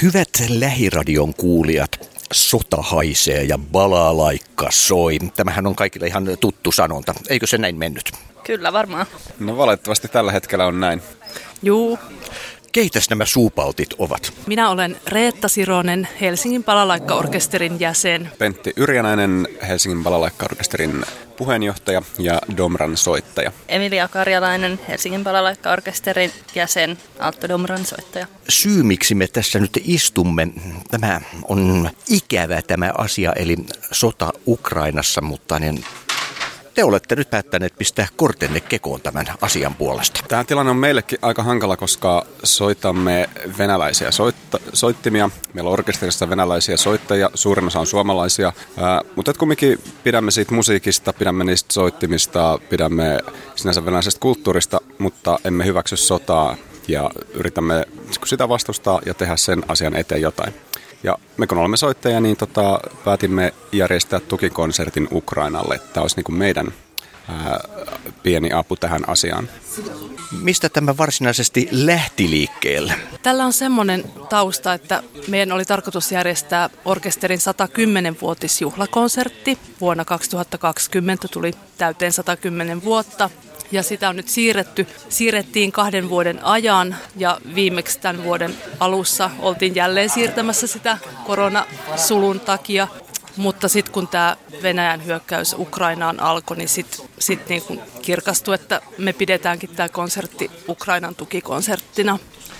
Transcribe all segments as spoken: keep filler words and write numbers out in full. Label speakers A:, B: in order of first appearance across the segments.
A: Hyvät Lähiradion kuulijat, sota haisee ja balalaikka soi. Tämähän on kaikille ihan tuttu sanonta. Eikö se näin mennyt?
B: Kyllä varmaan.
C: No valitettavasti tällä hetkellä on näin.
B: Juu.
A: Keitäs nämä suupautit ovat?
B: Minä olen Reetta Sironen, Helsingin balalaikkaorkesterin jäsen.
C: Pentti Yrjänäinen, Helsingin balalaikkaorkesterin puheenjohtaja ja domran soittaja.
B: Emilia Karjalainen, Helsingin balalaikkaorkesterin jäsen, alttodomran soittaja.
A: Syy, miksi me tässä nyt istumme, tämä on ikävä tämä asia, eli sota Ukrainassa, mutta niin te olette nyt päättäneet pistää kortenne kekoon tämän asian puolesta.
C: Tämä tilanne on meillekin aika hankala, koska soitamme venäläisiä soitta- soittimia. Meillä on orkesterissa venäläisiä soittajia, suurin osa on suomalaisia. Ää, mutta kumminkin pidämme siitä musiikista, pidämme niistä soittimista, pidämme sinänsä venäläisestä kulttuurista, mutta emme hyväksy sotaa ja yritämme sitä vastustaa ja tehdä sen asian eteen jotain. Ja me kun olemme soittajia, niin tota, päätimme järjestää tukikonsertin Ukrainalle. Tämä olisi niin kuin meidän ää, pieni apu tähän asiaan.
A: Mistä tämä varsinaisesti lähti liikkeelle?
B: Tällä on semmoinen tausta, että meidän oli tarkoitus järjestää orkesterin sata kymmenen-vuotisjuhlakonsertti. Vuonna kaksituhattakaksikymmentä tuli täyteen sata kymmenen vuotta. Ja sitä on nyt siirretty. Siirrettiin kahden vuoden ajan ja viimeksi tämän vuoden alussa oltiin jälleen siirtämässä sitä koronasulun takia. Mutta sitten kun tämä Venäjän hyökkäys Ukrainaan alkoi, niin sitten sit niin kirkastui, että me pidetäänkin tämä konsertti Ukrainan tukikonserttina.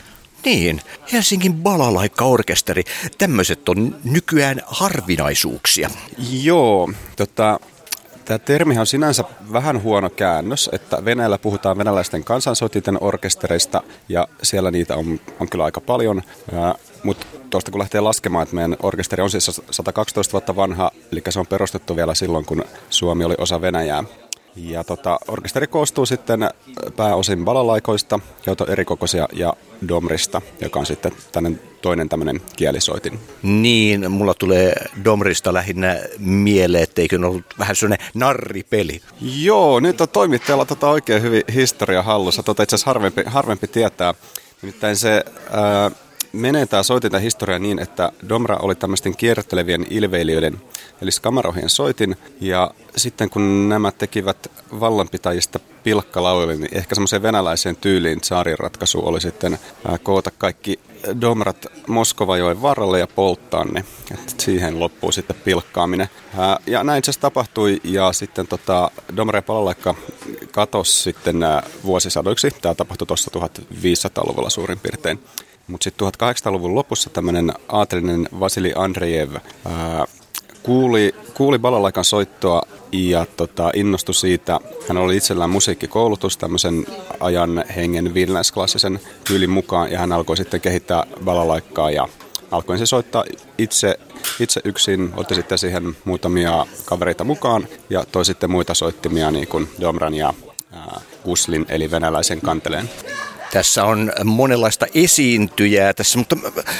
A: Niin, Helsingin balalaikkaorkesteri. Tämmöiset on nykyään harvinaisuuksia.
C: Joo, tota... Tämä termihän on sinänsä vähän huono käännös, että Venäjällä puhutaan venäläisten kansansoitisten orkestereista ja siellä niitä on, on kyllä aika paljon. Mutta tuosta kun lähtee laskemaan, että meidän orkesteri on siis sata kaksitoista vuotta vanha, eli se on perustettu vielä silloin, kun Suomi oli osa Venäjää. Ja tota, orkesteri koostuu sitten pääosin balalaikoista, joita on erikokoisia, ja domrista, joka on sitten tämmöinen toinen tämmöinen kielisoitin.
A: Niin, mulla tulee domrista lähinnä mieleen, etteikö ne ollut vähän sellainen narripeli.
C: Joo, nyt on toimittajalla tota oikein hyvin historia hallussa. Tota itse asiassa harvempi, harvempi tietää. Nimittäin se ää, menee tämä soitinta historia niin, että domra oli tämmöisten kiertelevien ilveilijöiden, eli skamarohien soitin. Ja sitten kun nämä tekivät vallanpitäjistä pilkkalauille, niin ehkä semmoiseen venäläiseen tyyliin tsaarin ratkaisu oli sitten ää, koota kaikki domrat Moskovajoen varrelle ja polttaa ne. Et siihen loppuu sitten pilkkaaminen. Ää, ja näin se tapahtui ja sitten tota, domra ja balalaikka katosi sitten ää, vuosisadoiksi. Tämä tapahtui tuossa tuhatviisisataaluvulla suurin piirtein. Mutta sitten tuhatkahdeksansataaluvun lopussa tämmöinen aatelinen Vasili Andrejev ää, kuuli, kuuli balalaikan soittoa ja tota, innostui siitä. Hän oli itsellään musiikkikoulutus tämmöisen ajan hengen viidenläisklassisen tyylin mukaan ja hän alkoi sitten kehittää balalaikkaa ja alkoi se soittaa itse, itse yksin, otti sitten siihen muutamia kavereita mukaan ja toi sitten muita soittimia niin kuin domran ja ää, guslin eli venäläisen kanteleen.
A: Tässä on monenlaista esiintyjää tässä, mutta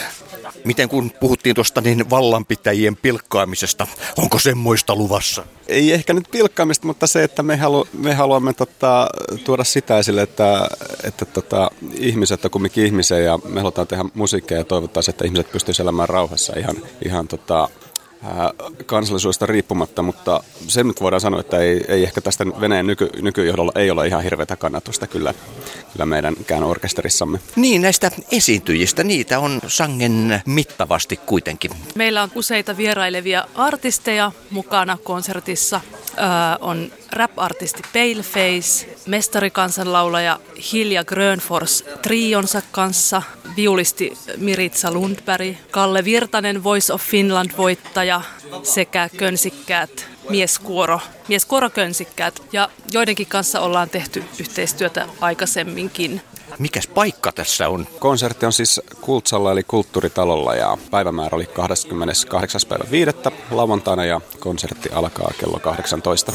A: miten kun puhuttiin tuosta niin vallanpitäjien pilkkaamisesta, onko semmoista luvassa?
C: Ei ehkä nyt pilkkaamista, mutta se, että me, halu, me haluamme tota, tuoda sitä esille, että, että tota, ihmiset on kumminkin ihmisiä ja me halutaan tehdä musiikkia ja toivotaan, että ihmiset pystyisivät elämään rauhassa ihan, ihan tota, kansallisuudesta riippumatta, mutta se nyt voidaan sanoa, että ei, ei ehkä tästä Venäjän nyky, nykyjohdolla ei ole ihan hirveätä kannatusta kyllä, kyllä meidänkään orkesterissamme.
A: Niin, näistä esiintyjistä, niitä on sangen mittavasti kuitenkin.
B: Meillä on useita vierailevia artisteja mukana konsertissa. Öö, on rap-artisti Paleface, mestarikansanlaulaja Hilja Grönfors trionsa kanssa, viulisti Miritsa Lundberg, Kalle Virtanen Voice of Finland-voittaja sekä könsikkäät mieskuoro, mieskuorokönsikkäät. Ja joidenkin kanssa ollaan tehty yhteistyötä aikaisemminkin.
A: Mikäs paikka tässä on?
C: Konsertti on siis Kultsalla eli Kulttuuritalolla ja päivämäärä oli kahdeskymmeneskahdeksas päivä viidettä lauantaina ja konsertti alkaa kello kahdeksantoista.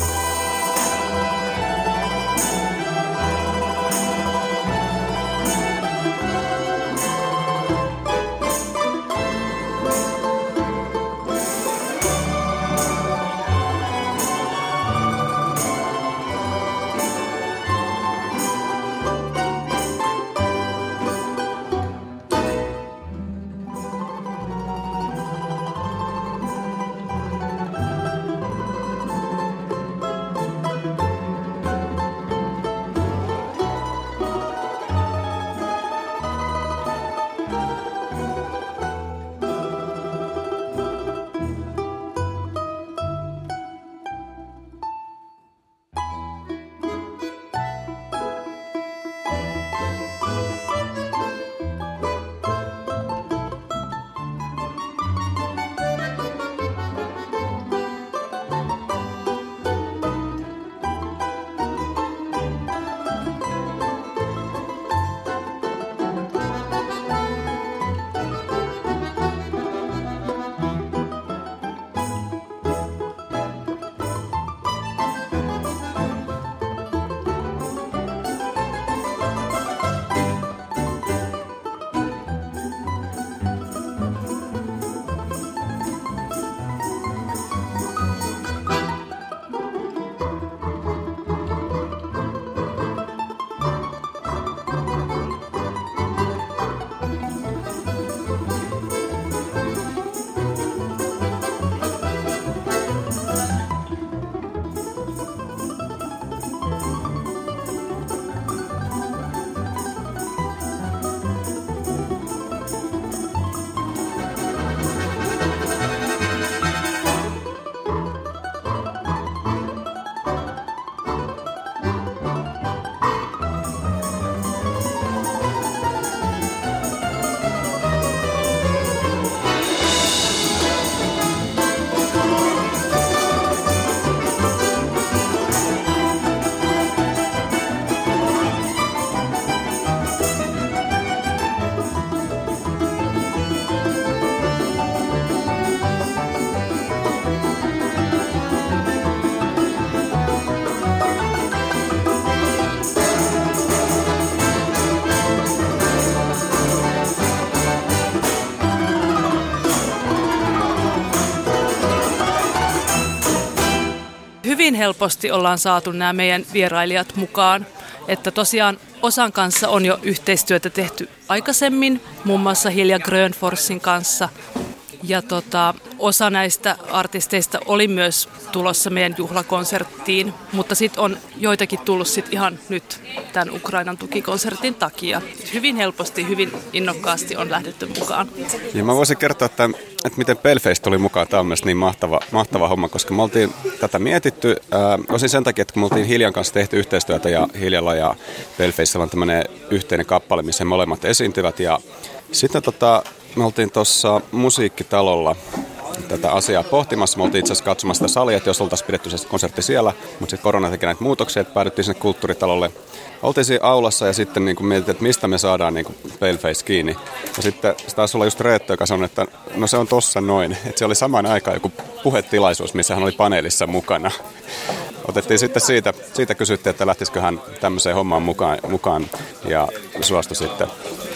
B: Hyvin helposti ollaan saatu nämä meidän vierailijat mukaan, että tosiaan osan kanssa on jo yhteistyötä tehty aikaisemmin, muun muassa Hilja Grönforsin kanssa. Ja tota, osa näistä artisteista oli myös tulossa meidän juhlakonserttiin, mutta sitten on joitakin tullut sit ihan nyt tämän Ukrainan tukikonsertin takia. Hyvin helposti, hyvin innokkaasti on lähdetty mukaan.
C: Ja mä voisin kertoa, että, että miten Paleface tuli mukaan. Tämä on myös niin mahtava, mahtava homma, koska me oltiin tätä mietitty. Ää, osin sen takia, että kun me oltiin Hiljan kanssa tehty yhteistyötä ja Hiljalla ja Palefacella on tämmöinen yhteinen kappale, missä molemmat esiintyvät. Ja sitten tota, me oltiin tuossa musiikkitalolla tätä asiaa pohtimassa. Me oltiin itse asiassa katsomassa sitä salia, että jos oltaisiin pidetty se konsertti siellä, mutta sitten korona teki näitä muutoksia, että päädyttiin sinne kulttuuritalolle. Oltiin siinä aulassa ja sitten niin kuin mietittiin, että mistä me saadaan niin kuin Paleface kiinni. Ja sitten se taisi olla just Reetto, joka sanoi, että no se on tossa noin. Että se oli samaan aikaan joku puhetilaisuus, missä hän oli paneelissa mukana. Otettiin sitten siitä, siitä kysyttiin, että lähtisikö hän tämmöiseen hommaan mukaan, mukaan ja suostui sitten.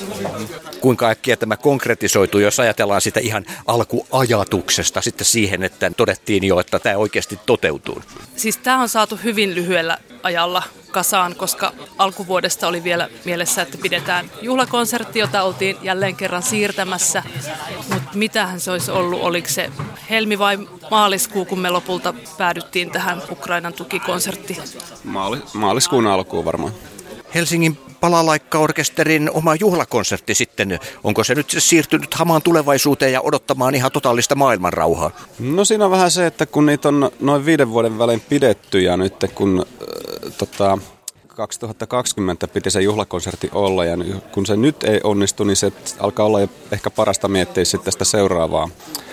A: Kuinka äkkiä tämä konkretisoituu, jos ajatellaan sitä ihan alkuajatuksesta sitten siihen, että todettiin jo, että tämä oikeasti toteutuu?
B: Siis tämä on saatu hyvin lyhyellä ajalla kasaan, koska alkuvuodesta oli vielä mielessä, että pidetään juhlakonsertti, jota oltiin jälleen kerran siirtämässä. Mutta mitähän se olisi ollut, oliko se helmi vai maaliskuu, kun me lopulta päädyttiin tähän Ukrainan tukikonserttiin?
C: Maali, maaliskuun alkuun varmaan.
A: Helsingin Palalaikka-orkesterin oma juhlakonsertti sitten, onko se nyt siirtynyt hamaan tulevaisuuteen ja odottamaan ihan totaalista maailmanrauhaa?
C: No siinä on vähän se, että kun niitä on noin viiden vuoden välein pidetty ja nyt kun äh, tota, kaksituhattakaksikymmentä piti se juhlakonsertti olla ja kun se nyt ei onnistu, niin se alkaa olla jo ehkä parasta miettiä sitten sitä seuraavaa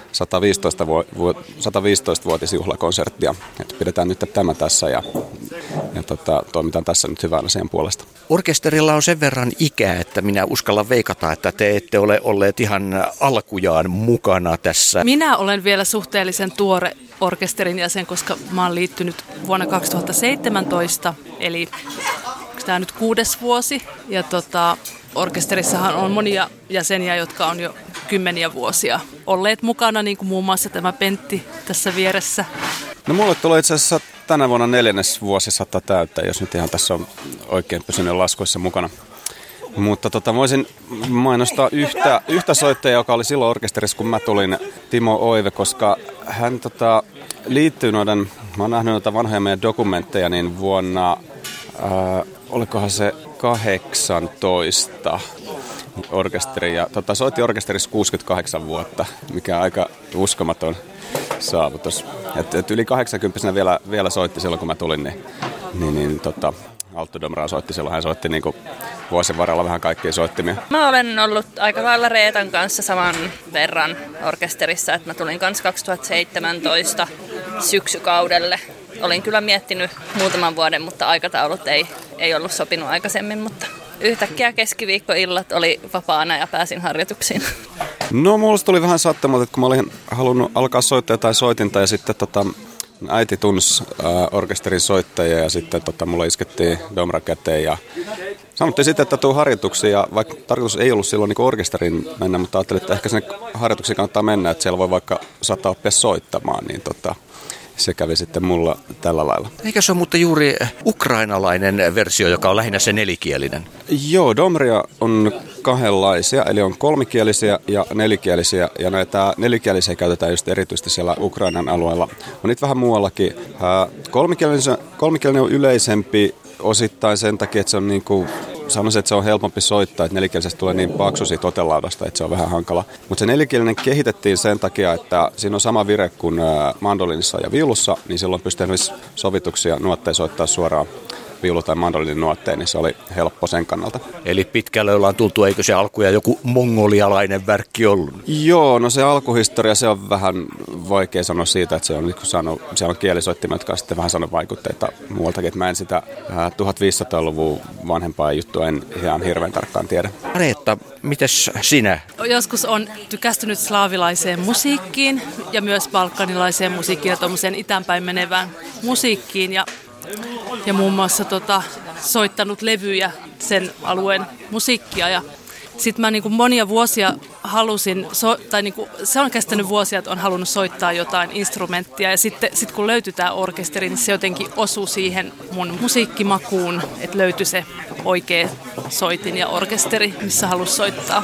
C: sataviisitoista-vuotisjuhlakonserttia. Että pidetään nyt tämä tässä ja, ja tota, toimitaan tässä nyt hyvän asian puolesta.
A: Orkesterilla on sen verran ikää, että minä uskallan veikata, että te ette ole olleet ihan alkujaan mukana tässä.
B: Minä olen vielä suhteellisen tuore orkesterin jäsen, koska mä oon liittynyt vuonna kaksituhattaseitsemäntoista, eli tämä nyt kuudes vuosi. Ja tota, orkesterissahan on monia jäseniä, jotka on jo kymmeniä vuosia olleet mukana, niin kuin muun muassa tämä Pentti tässä vieressä.
C: No mulle tulee itse asiassa tänä vuonna neljännes vuosisata täyttä, jos nyt ihan tässä on oikein pysynyt laskuissa mukana. Mutta tota, voisin mainostaa yhtä, yhtä soittajaa, joka oli silloin orkesterissa, kun mä tulin, Timo Oive, koska hän tota, liittyy noiden, mä oon nähnyt noita vanhoja meidän dokumentteja, niin vuonna, ää, olikohan se kahdeksantoista, orkesteri. Ja tota, soitin orkesterissa kuusikymmentäkahdeksan vuotta, mikä on aika uskomaton saavutus. Et, et yli kahdeksankymmentä vielä, vielä soitti silloin, kun mä tulin, niin, niin, niin tota, Alto Domra soitti silloin. Hän soitti niin kuin vuosien varrella vähän kaikkia soittimia.
D: Mä olen ollut aika lailla Reetan kanssa saman verran orkesterissa, että mä tulin kanssa kaksituhattaseitsemäntoista syksykaudelle. Olin kyllä miettinyt muutaman vuoden, mutta aikataulut ei, ei ollut sopinut aikaisemmin, mutta yhtäkkiä keskiviikkoillat oli vapaana ja pääsin harjoituksiin.
C: No mulla tuli vähän sattumalta, että kun mä olin halunnut alkaa soittaa jotain soitinta ja sitten tota, äiti tunsi äh, orkesterin soittajia ja sitten tota, mulla iskettiin Domra käteen ja sanottiin sitten, että tuu harjoituksiin ja vaikka tarkoitus ei ollut silloin niin orkesterin mennä, mutta ajattelin, että ehkä sinne harjoituksiin kannattaa mennä, että siellä voi vaikka saattaa oppia soittamaan, niin tota, se kävi sitten mulla tällä lailla.
A: Eikä se ole mutta juuri ukrainalainen versio, joka on lähinnä se nelikielinen?
C: Joo, domria on kahdenlaisia, eli on kolmikielisiä ja nelikielisiä, ja näitä nelikielisiä käytetään just erityisesti siellä Ukrainan alueella. On niitä vähän muuallakin. Kolmikielinen, kolmikielinen on yleisempi osittain sen takia, että se on niin kuin sanoisin, että se on helpompi soittaa, että nelikielisestä tulee niin paksu siitä otelaudasta, että se on vähän hankala. Mutta se nelikielinen kehitettiin sen takia, että siinä on sama vire kuin mandolinissa ja viulussa, niin silloin pystyy sovituksia nuotteja soittaa suoraan viulu- tai mandolinin nuotteen, niin se oli helppo sen kannalta.
A: Eli pitkälle ollaan tultu, eikö se alku ja joku mongolialainen värkki ollut?
C: Joo, no se alkuhistoria, se on vähän vaikea sanoa siitä, että se on, saanut, siellä on kielisoittimet, jotka on sitten vähän saanut vaikutteita muualtakin, että mä en sitä äh, tuhatviisisataaluvun vanhempaa juttua en ihan hirveän tarkkaan tiedä.
A: Reetta, mites sinä?
B: Joskus on tykästynyt slaavilaiseen musiikkiin ja myös balkanilaiseen musiikkiin ja tuommoiseen itäänpäin menevään musiikkiin ja Ja muun muassa tota, soittanut levyjä sen alueen musiikkia. Ja sitten mä niinku monia vuosia halusin, so, tai niinku, se on kestänyt vuosia, että on halunnut soittaa jotain instrumenttia. Ja sitten sit kun löytyi tämä orkesteri, niin se jotenkin osui siihen mun musiikkimakuun, että löytyi se oikea soitin ja orkesteri, missä halusi soittaa.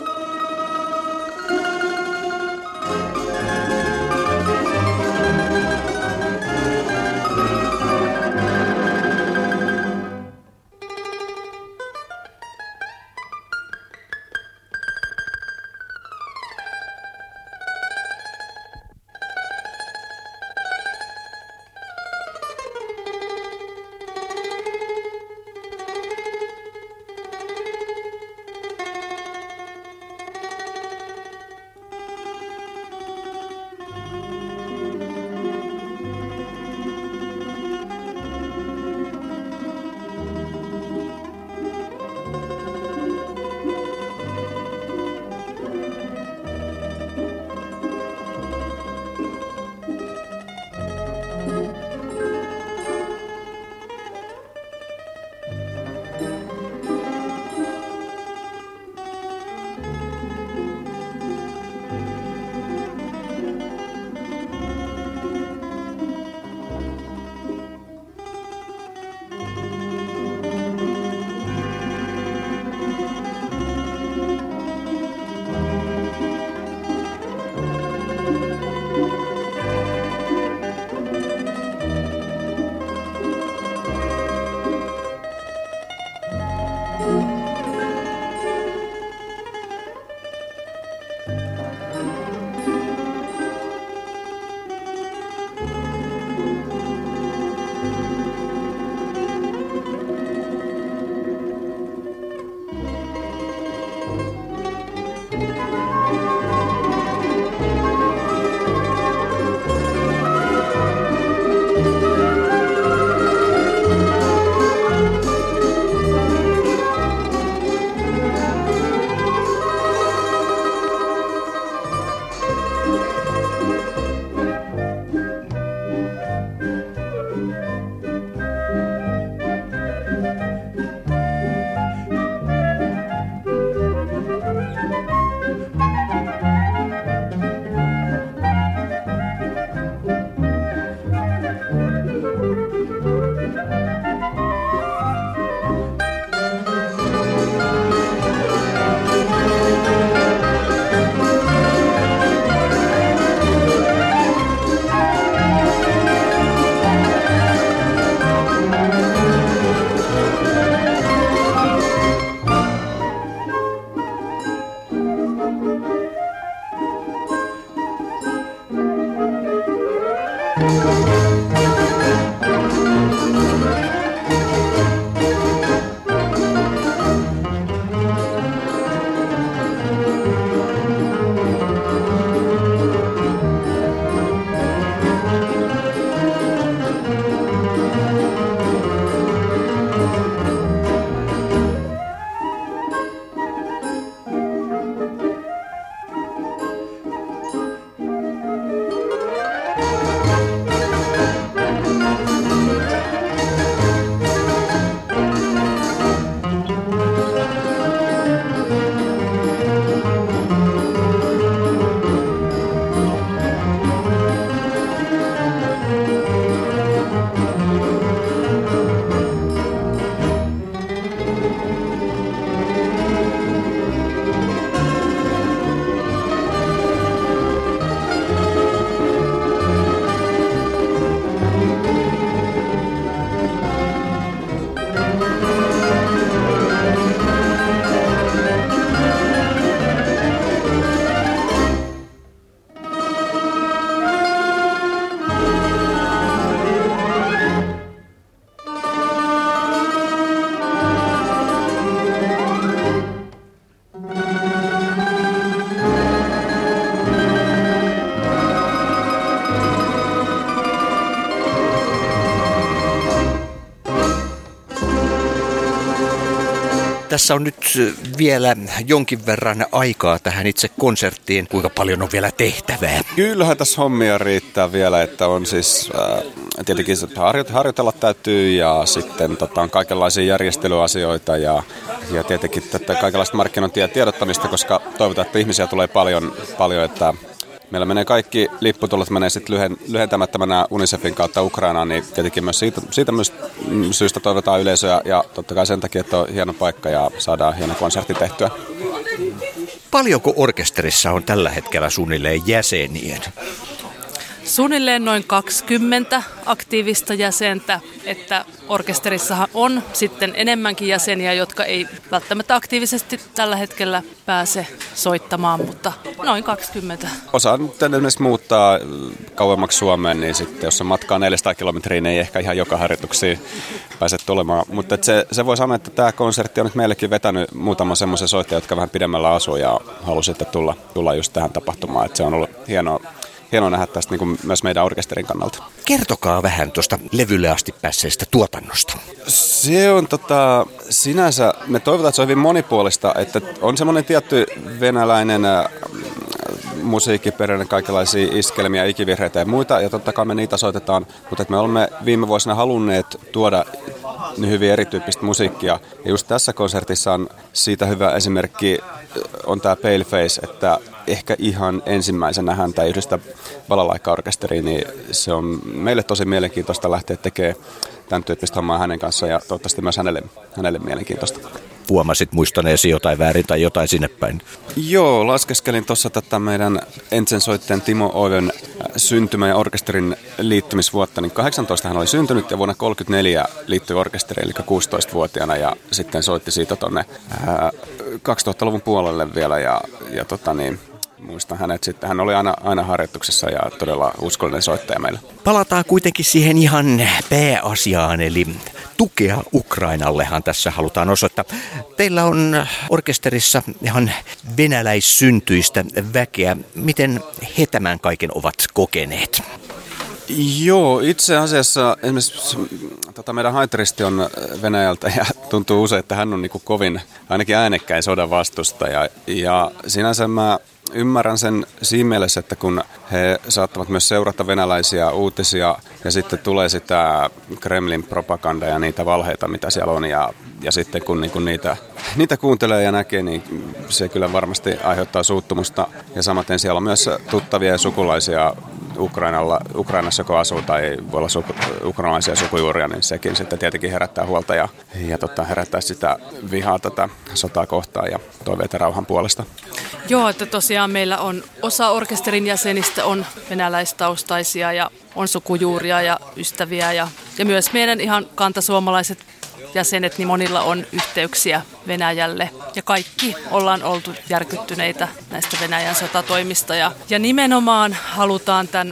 A: Tässä on nyt vielä jonkin verran aikaa tähän itse konserttiin. Kuinka paljon on vielä tehtävää?
C: Kyllähän tässä hommia riittää vielä, että on siis äh, tietenkin harjoitella täytyy ja sitten tota, on kaikenlaisia järjestelyasioita ja, ja tietenkin tätä kaikenlaista markkinointia ja tiedottamista, koska toivotaan, että ihmisiä tulee paljon, paljon että meillä menee kaikki lipputulot menee sitten lyhen, lyhentämättömänä UNICEFin kautta Ukrainaan, niin tietenkin myös siitä, siitä myös syystä toivotaan yleisöä ja totta kai sen takia, että on hieno paikka ja saadaan hieno konsertti tehtyä.
A: Paljonko orkesterissa on tällä hetkellä suunnilleen jäseniä?
B: Suunnilleen noin kaksikymmentä aktiivista jäsentä, että orkesterissahan on sitten enemmänkin jäseniä, jotka ei välttämättä aktiivisesti tällä hetkellä pääse soittamaan, mutta noin kaksikymmentä.
C: Osa nyt esimerkiksi muuttaa kauemmaksi Suomeen, niin sitten jos on matkaa neljäsataa kilometriä, niin ei ehkä ihan joka harjoituksiin pääse tulemaan. Mutta se, se voi sanoa, että tämä konsertti on nyt meillekin vetänyt muutaman semmoisen soittajan, jotka vähän pidemmällä asuu ja halusi sitten tulla, tulla just tähän tapahtumaan. Että se on ollut hienoa. Hienoa nähdä tästä niin kuin myös meidän orkesterin kannalta.
A: Kertokaa vähän tuosta levylle asti päässeestä tuotannosta.
C: Se on tota, sinänsä, me toivotaan, että se on hyvin monipuolista, että on semmoinen tietty venäläinen äh, musiikkiperinne, kaikenlaisia iskelmiä, ikivihreitä ja muita, ja totta kai me niitä soitetaan, mutta että me olemme viime vuosina halunneet tuoda hyvin erityyppistä musiikkia, ja just tässä konsertissa on siitä hyvä esimerkki, on tämä Paleface, että ehkä ihan ensimmäisenä häntä yhdestä balalaikka-orkesteriin, niin se on meille tosi mielenkiintoista lähteä tekemään tämän tyyppistä hommaa hänen kanssaan ja toivottavasti myös hänelle, hänelle mielenkiintoista.
A: Huomasit muistaneesi jotain väärin tai jotain sinne päin?
C: Joo, laskeskelin tuossa tätä meidän entisen soittajan Timo Oivön syntymä- ja orkesterin liittymisvuotta, niin kahdeksantoista hän oli syntynyt ja vuonna kolmekymmentäneljä liittyi orkesteriin, eli kuusitoistavuotiaana ja sitten soitti siitä tuonne kaksituhattaluvun puolelle vielä ja, ja tota niin, muistan hänet sitten. Hän oli aina, aina harjoituksessa ja todella uskollinen soittaja meillä.
A: Palataan kuitenkin siihen ihan pääasiaan, eli tukea Ukrainallehan tässä halutaan osoittaa. Teillä on orkesterissa ihan venäläissyntyistä väkeä. Miten he tämän kaiken ovat kokeneet?
C: Joo, itse asiassa esimerkiksi tota, meidän haiteristi on Venäjältä ja tuntuu usein, että hän on niin kuin kovin, ainakin äänekkäin sodan vastustaja. Ja sinänsä mä ymmärrän sen siinä mielessä, että kun he saattavat myös seurata venäläisiä uutisia ja sitten tulee sitä Kremlin propagandaa ja niitä valheita, mitä siellä on. Ja, ja sitten kun niinku niitä, niitä kuuntelee ja näkee, niin se kyllä varmasti aiheuttaa suuttumusta. Ja samaten siellä on myös tuttavia ja sukulaisia Ukrainalla, Ukrainassa, kun asuu tai voi olla suku, ukrainalaisia sukujuuria, niin sekin sitten tietenkin herättää huolta ja, ja tota, herättää sitä vihaa tätä sotaa kohtaan ja toiveita rauhan puolesta.
B: Joo, että tosiaan meillä on osa orkesterin jäsenistä on venäläistaustaisia ja on sukujuuria ja ystäviä ja, ja myös meidän ihan kantasuomalaiset jäsenet, niin monilla on yhteyksiä Venäjälle ja kaikki ollaan oltu järkyttyneitä näistä Venäjän sotatoimista ja, ja nimenomaan halutaan tämän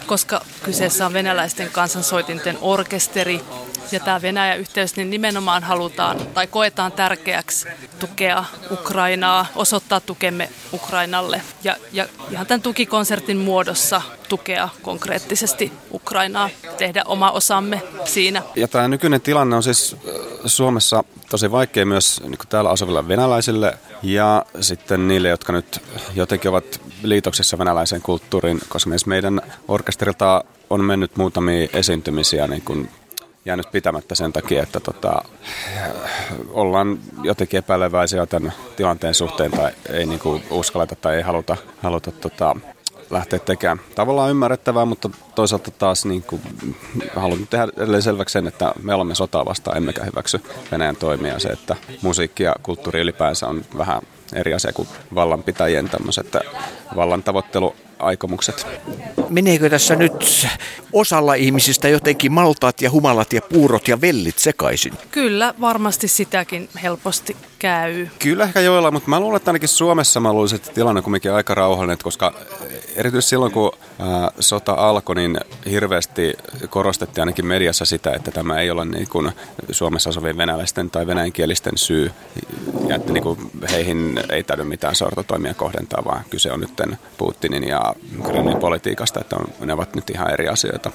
B: koska kyseessä on venäläisten kansansoitinten orkesteri. Ja tämä Venäjä-yhteys niin nimenomaan halutaan tai koetaan tärkeäksi tukea Ukrainaa, osoittaa tukemme Ukrainalle ja, ja ihan tämän tukikonsertin muodossa tukea konkreettisesti Ukrainaa, tehdä oma osamme siinä.
C: Ja tämä nykyinen tilanne on siis Suomessa tosi vaikea myös niin kuin täällä asuville venäläisille ja sitten niille, jotka nyt jotenkin ovat liitoksissa venäläiseen kulttuuriin, koska myös meidän orkesterilta on mennyt muutamia esiintymisiä niin kuin jäänyt pitämättä sen takia, että tota, ollaan jotenkin epäileväisiä tämän tilanteen suhteen tai ei niinku uskalleta tai ei haluta, haluta tota, lähteä tekemään. Tavallaan ymmärrettävää, mutta toisaalta taas niinku, haluan tehdä edelleen selväksi sen, että me olemme sotaa vastaan, emmekä hyväksy Venäjän toimia. Se, että musiikki ja kulttuuri ylipäänsä on vähän eri asia kuin vallanpitäjien tämmöiset vallan tavoitteluaikomukset.
A: Meneekö tässä nyt osalla ihmisistä jotenkin maltaat ja humalat ja puurot ja vellit sekaisin?
B: Kyllä, varmasti sitäkin helposti käy.
C: Kyllä ehkä joilla, mutta mä luulen, että ainakin Suomessa mä luulisin, että tilanne on kuitenkin aika rauhallinen, koska erityisesti silloin, kun ää, sota alkoi, niin hirveästi korostettiin ainakin mediassa sitä, että tämä ei ole niin kuin Suomessa asuvien venäläisten tai venäjänkielisten syy, ja että niin kuin heihin ei täydy mitään sortotoimia kohdentaa, vaan kyse on nyt Putinin ja Kremlin politiikasta, että on, ne ovat nyt ihan eri asioita.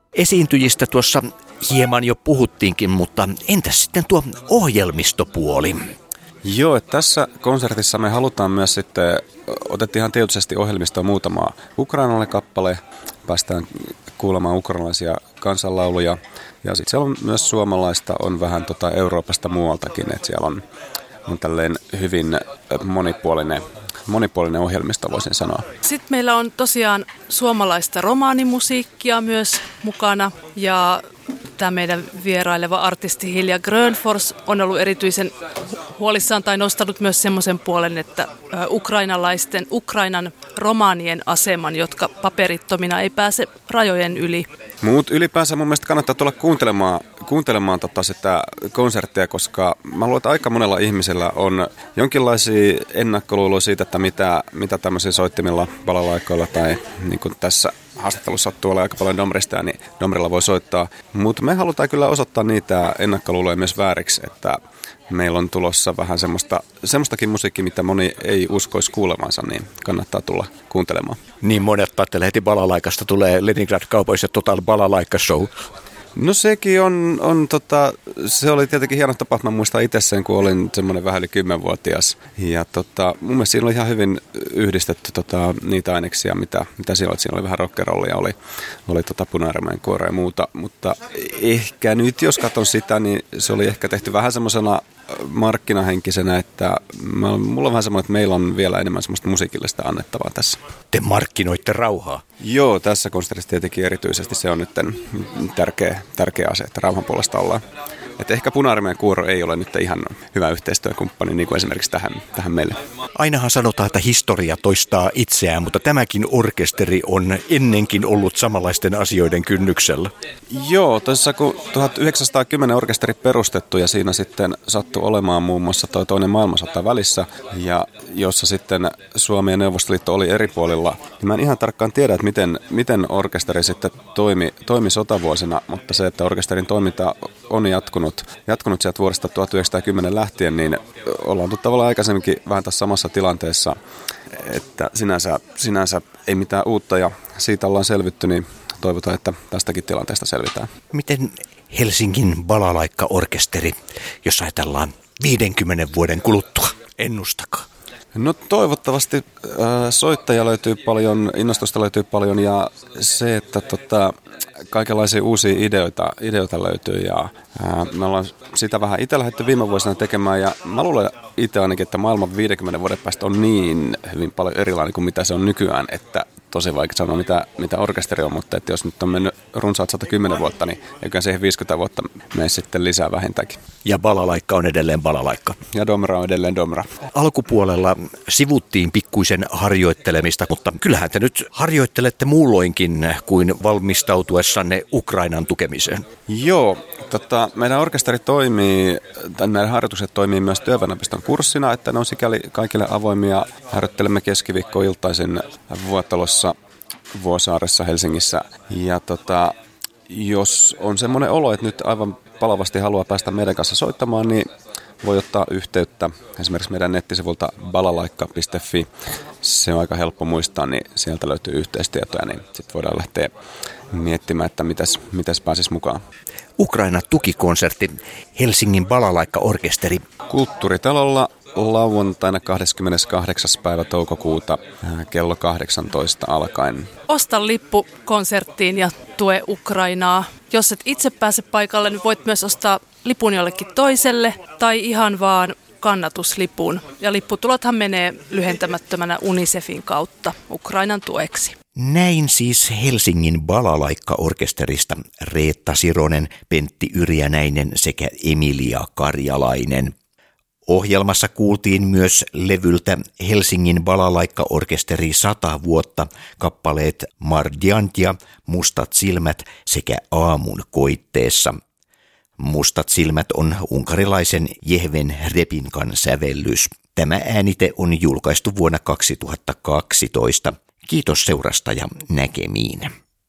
A: Esiintyjistä tuossa hieman jo puhuttiinkin, mutta entäs sitten tuo ohjelmistopuoli?
C: Joo, että tässä konsertissa me halutaan myös sitten, otettiin ihan tietysti ohjelmistoon muutama ukrainalainen kappale, päästään kuulemaan ukrainalaisia kansanlauluja ja sitten siellä on myös suomalaista, on vähän tota Euroopasta muualtakin, että siellä on, on tälleen hyvin monipuolinen, monipuolinen ohjelmisto, voisin sanoa.
B: Sitten meillä on tosiaan suomalaista romaanimusiikkia myös mukana ja tämä meidän vieraileva artisti Hilja Grönfors on ollut erityisen huolissaan tai nostanut myös semmoisen puolen, että ukrainalaisten, Ukrainan romaanien aseman, jotka paperittomina ei pääse rajojen yli.
C: Muut ylipäänsä mun mielestä kannattaa tulla kuuntelemaan, kuuntelemaan tota sitä konserttia, koska mä luulen, että aika monella ihmisellä on jonkinlaisia ennakkoluuloja siitä, että mitä, mitä tämmöisillä soittimilla, balalaikoilla tai niin kuin tässä haastattelussa sattuu olla aika paljon domrista, niin domrilla voi soittaa. Mutta me halutaan kyllä osoittaa niitä ennakkoluuloja myös vääriksi, että meillä on tulossa vähän semmoista, semmoistakin musiikkia, mitä moni ei uskoisi kuulemansa, niin kannattaa tulla kuuntelemaan.
A: Niin monet ajattelee heti balalaikasta tulee Leningrad Cowboys ja Total Balalaika Show.
C: No sekin on, on tota, se oli tietenkin hieno tapahtuma, muistan itse sen, kun olin semmoinen vähän yli kymmenvuotias. Ja tota, mun mielestä siinä oli ihan hyvin yhdistetty tota, niitä aineksia, mitä, mitä siinä oli. Siinä oli vähän rockerollia, oli, oli tota Punaarmeen kuoroa ja muuta. Mutta ehkä nyt, jos katson sitä, niin se oli ehkä tehty vähän semmoisena markkinahenkisenä, että mä, mulla on vähän semmoinen, että meillä on vielä enemmän semmoista musiikillista annettavaa tässä.
A: Te markkinoitte rauhaa.
C: Joo, tässä konsertissa tietenkin erityisesti se on nyt tärkeä, tärkeä asia, että rauhan puolesta ollaan. Että ehkä Puna-armeijan kuoro ei ole nyt ihan hyvä yhteistyökumppani, niin kuin esimerkiksi tähän, tähän meille.
A: Ainahan sanotaan, että historia toistaa itseään, mutta tämäkin orkesteri on ennenkin ollut samanlaisten asioiden kynnyksellä.
C: Joo, tuossa kun tuhatyhdeksänsataakymmenen orkesteri perustettu ja siinä sitten sattui olemaan muun muassa toi toinen maailmansota välissä, ja jossa sitten Suomi ja Neuvostoliitto oli eri puolilla, niin mä en ihan tarkkaan tiedä, että miten, miten orkesteri sitten toimi, toimi sotavuosina, mutta se, että orkesterin toiminta on jatkunut, jatkunut sieltä vuodesta tuhatyhdeksänsataakymmenen lähtien, niin ollaan tavallaan aikaisemminkin vähän tässä samassa tilanteessa, että sinänsä, sinänsä ei mitään uutta ja siitä ollaan selvitty, niin toivotaan, että tästäkin tilanteesta selvitään. Miten
A: Helsingin balalaikka-orkesteri, jos ajatellaan viidenkymmenen vuoden kuluttua, ennustakaa?
C: No toivottavasti äh, soittajia löytyy paljon, innostusta löytyy paljon ja se, että tota, kaikenlaisia uusia ideoita, ideoita löytyy ja ää, me ollaan sitä vähän itse lähdetty viime vuosina tekemään ja mä luulen itse ainakin, että maailman viidenkymmenen vuoden päästä on niin hyvin paljon erilainen kuin mitä se on nykyään, että tosi vaikea sanoa mitä, mitä orkesteri on, mutta että jos nyt on mennyt runsaat sata kymmenen vuotta, niin eiköhän siihen viisikymmentä vuotta mene sitten lisää vähintäänkin.
A: Ja balalaikka on edelleen balalaikka.
C: Ja domra on edelleen domra.
A: Alkupuolella sivuttiin pikkuisen harjoittelemista, mutta kyllähän te nyt harjoittelette muulloinkin kuin valmistautuessanne Ukrainan tukemiseen.
C: Joo, tota, meidän orkesteri toimii, tai meidän harjoitukset toimii myös työväenopiston kurssina, että ne on sikäli kaikille avoimia. Harjoittelemme keskiviikkoiltaisin Vuotalossa, Vuosaaressa, Helsingissä. Ja tota, jos on semmoinen olo, että nyt aivan palavasti haluaa päästä meidän kanssa soittamaan, niin voi ottaa yhteyttä esimerkiksi meidän nettisivulta balalaikka piste fi. Se on aika helppo muistaa, niin sieltä löytyy yhteistietoja, niin sitten voidaan lähteä miettimään, että mitäs, mitäs pääsisi mukaan.
A: Ukraina-tukikonsertti, Helsingin balalaikka-orkesteri.
C: Kulttuuritalolla lauantaina kahdeskymmeneskahdeksas päivä toukokuuta kello kahdeksantoista alkaen.
B: Osta lippu konserttiin ja tue Ukrainaa. Jos et itse pääse paikalle, niin voit myös ostaa lipun jollekin toiselle tai ihan vaan kannatuslipun. Ja lipputulothan menee lyhentämättömänä UNICEFin kautta Ukrainan tueksi.
A: Näin siis Helsingin balalaikka-orkesterista Reetta Sironen, Pentti Yrjänäinen sekä Emilia Karjalainen. Ohjelmassa kuultiin myös levyltä Helsingin balalaikka-orkesteri sata vuotta kappaleet Mardiantia, Mustat silmät sekä Aamun koitteessa. Mustat silmät on unkarilaisen Jehven Repinkan sävellys. Tämä äänite on julkaistu vuonna kaksituhattakaksitoista. Kiitos seurasta ja näkemiin.